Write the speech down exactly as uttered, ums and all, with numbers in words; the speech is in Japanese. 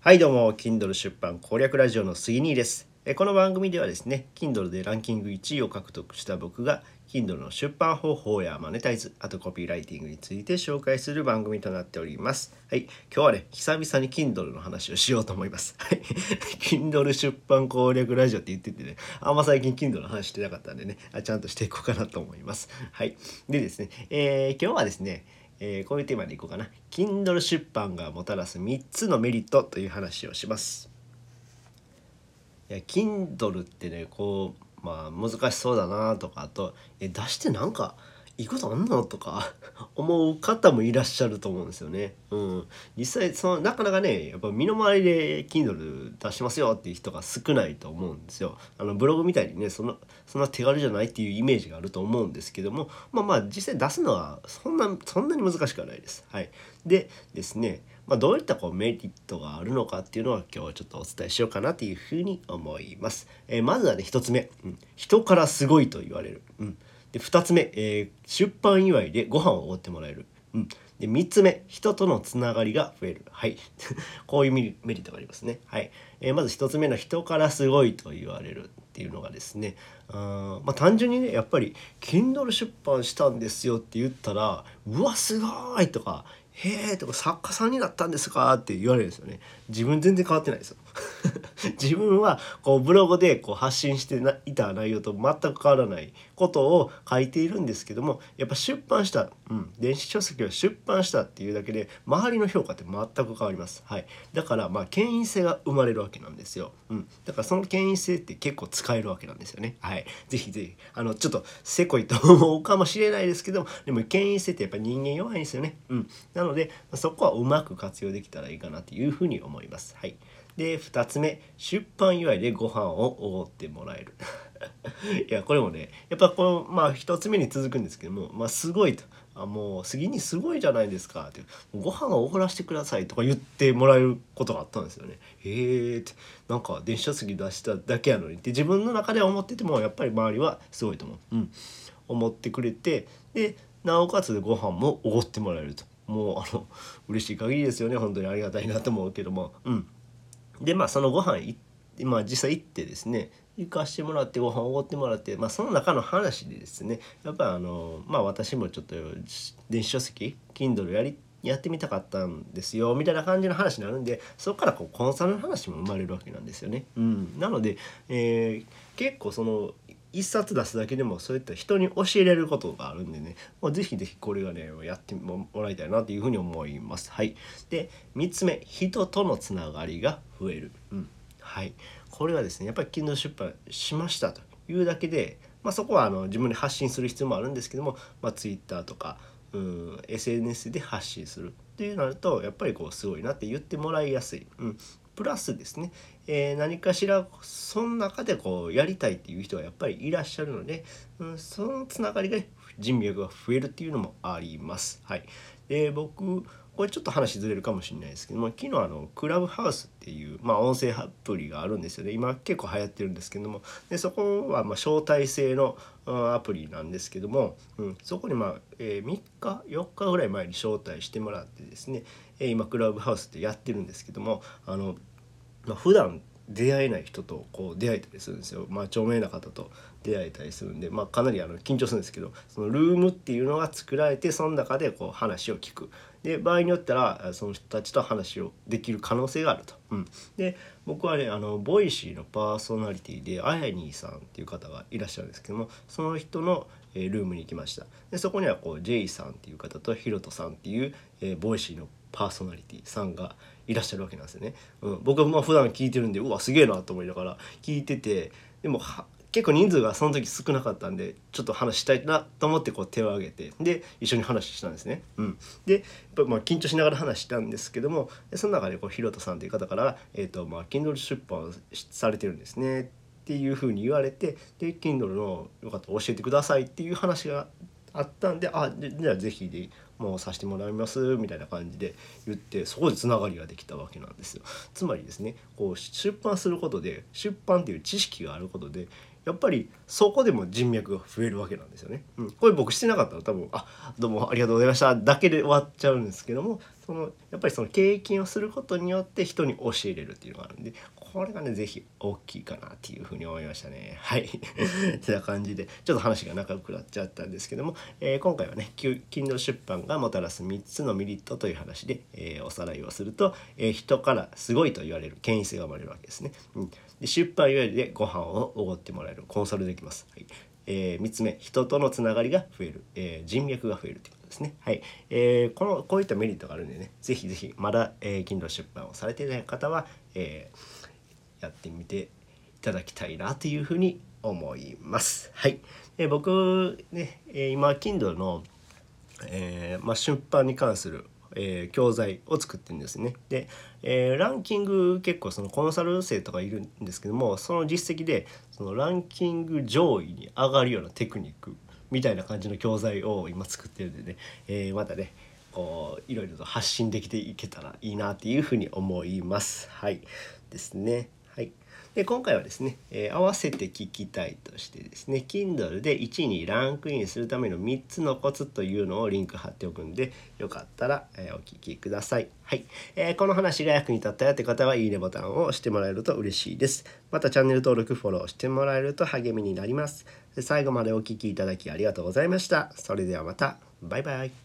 はいどうも Kindle 出版攻略ラジオの杉兄です。えこの番組ではですね Kindle でランキングいちいを獲得した僕が Kindle の出版方法やマネタイズ、あとコピーライティングについて紹介する番組となっております。はい、今日はね久々に Kindle の話をしようと思います。はい、Kindle 出版攻略ラジオって言っててね、あんま最近 Kindle の話してなかったんでね、あちゃんとしていこうかなと思います。はい、でですね、えー、今日はですねえー、こういうテーマでいこうかな。Kindle 出版がもたらすみっつのメリットという話をします。いや Kindle ってねこうまあ難しそうだなとか、あとえ出してなんかいいことあんのとか思う方もいらっしゃると思うんですよね。うん、実際そのなかなかねやっぱ身の回りで Kindle 出しますよっていう人が少ないと思うんですよ。あのブログみたいにねそんなそんな手軽じゃないっていうイメージがあると思うんですけども、まあまあ実際出すのはそんなそんなに難しくはないです。はい。でですね。まあ、どういったこうメリットがあるのかっていうのは今日はちょっとお伝えしようかなというふうに思います。えー、まずはねひとつめ、うん、人からすごいと言われる。うん、でふたつめ、えー、出版祝いでご飯をおごってもらえる。うん、でみっつめ、人とのつながりが増える。はいこういうメリットがありますね。はい、えー、まずひとつめの人からすごいと言われるっていうのがですね、あまあ単純にねやっぱり Kindle 出版したんですよって言ったらうわすごいとかへーとか作家さんになったんですかって言われるんですよね。自分全然変わってないですよ自分はこうブログでこう発信していた内容と全く変わらないことを書いているんですけども、やっぱ出版した、うん、電子書籍を出版したっていうだけで周りの評価って全く変わります。はい、だからまあ権威性が生まれるわけなんですよ。うん、だからその権威性って結構使えるわけなんですよね。はい、ぜひぜひあのちょっとせこいと思うかもしれないですけども、でも権威性ってやっぱ人間弱いんですよね。うん、なのでそこはうまく活用できたらいいかなというふうに思います。はい。でふたつめ、出版祝いでご飯をおごってもらえるいやこれもねやっぱこのまあひとつめに続くんですけども、まあ、すごいとあもう次にすごいじゃないですかってご飯をおごらせてくださいとか言ってもらえることがあったんですよね。へえってなんか電子書籍出しただけやのにって自分の中では思っててもやっぱり周りはすごいと思う、うん、思ってくれて、でなおかつご飯もおごってもらえると、もうあの嬉しい限りですよね。本当にありがたいなと思うけども、うんでまあそのご飯いまあ実際行ってですね行かしてもらってご飯おごってもらって、まあ、その中の話でですねやっぱあのまあ私もちょっと電子書籍 Kindle やりやってみたかったんですよみたいな感じの話になるんで、そこからこうコンサルの話も生まれるわけなんですよね。うん、なので、えー結構その一冊出すだけでもそういった人に教えられることがあるんでね、まあ、ぜひぜひこれがねやってもらいたいなというふうに思います。はい。でみっつめ、人とのつながりが増える。うん、はい。これはですねやっぱり Kindle 出版しましたというだけで、まあ、そこはあの自分で発信する必要もあるんですけども、まあ、Twitter とかうん エスエヌエス で発信するっていうなるとやっぱりこうすごいなって言ってもらいやすい。うん、プラスですね、えー、何かしらその中でこうやりたいっていう人がやっぱりいらっしゃるので、うん、そのつながりが人脈が増えるっていうのもあります。はい。で僕これちょっと話ずれるかもしれないですけども、昨日あのクラブハウスっていう、まあ、音声アプリがあるんですよね。今結構流行ってるんですけども、でそこはまあ招待制のアプリなんですけども、うん、そこにまあ、えー、みっかよっかぐらい前に招待してもらってですね、えー、今クラブハウスってやってるんですけども、あの、まあ、普段出会えない人とこう出会えたりするんですよ。まあ著名な方と出会えたりするんで、まあ、かなりあの緊張するんですけど、そのルームっていうのが作られてその中でこう話を聞く。で場合によったらその人たちと話をできる可能性があると。うん、で僕はねあのボイシーのパーソナリティであやにーさんっていう方がいらっしゃるんですけども、その人のえールームに行きました。でそこにはこう J さんっていう方とヒロトさんっていう、えーボイシーのパーソナリティさんがいらっしゃるわけなんですよね。うん、僕はまあ普段聞いてるんでうわすげえなと思いながら聞いてて、でもは結構人数がその時少なかったんでちょっと話したいなと思ってこう手を挙げてで一緒に話したんですね。うん、でやっぱまあ緊張しながら話したんですけども、でその中でこうヒロトさんという方から「えーとまあ、Kindle 出版されてるんですね」っていうふうに言われて、で Kindle のよかったら教えてくださいっていう話があったんで、あじゃあぜひでもうさせてもらいますみたいな感じで言って、そこでつながりができたわけなんですよ。つまりですねこう出版することで出版っていう知識があることでやっぱりそこでも人脈が増えるわけなんですよね。うん、これ僕してなかったら多分「あどうもありがとうございました」だけで終わっちゃうんですけども、 そのやっぱりその経験をすることによって人に教えれるっていうのがあるんで、これがねぜひ大きいかなっていうふうに思いましたね。はいてな感じでちょっと話が長くなっちゃったんですけども、えー、今回はね Kindle 出版がもたらすみっつのメリットという話で、えー、おさらいをすると、えー、人からすごいと言われる権威性が生まれるわけですね。うん、で出版よりでご飯をおごってもらえる、コンサルできます。はい。えー、みっつめ、人とのつながりが増える、えー、人脈が増えるということですね。はい。えー、このこういったメリットがあるんでね、ぜひぜひまだ、えー、Kindle 出版をされていない方は、えー、やってみていただきたいなというふうに思います。はい。えー、僕ね、えー、今 Kindle の、えーまあ、出版に関するえー、教材を作ってるんですね。で、えー、ランキング結構そのコンサル生とかいるんですけども、その実績でそのランキング上位に上がるようなテクニックみたいな感じの教材を今作ってるんでね、えー、またねこういろいろと発信できていけたらいいなっていうふうに思います。はいですね。はい。で今回はですね、えー、合わせて聞きたいとしてですね Kindle でいちいにランクインするためのみっつのコツというのをリンク貼っておくんで、よかったら、えー、お聞きください。はい、えー、この話が役に立ったよって方はいいねボタンを押してもらえると嬉しいです。またチャンネル登録フォローしてもらえると励みになります。で最後までお聞きいただきありがとうございました。それではまた。バイバイ。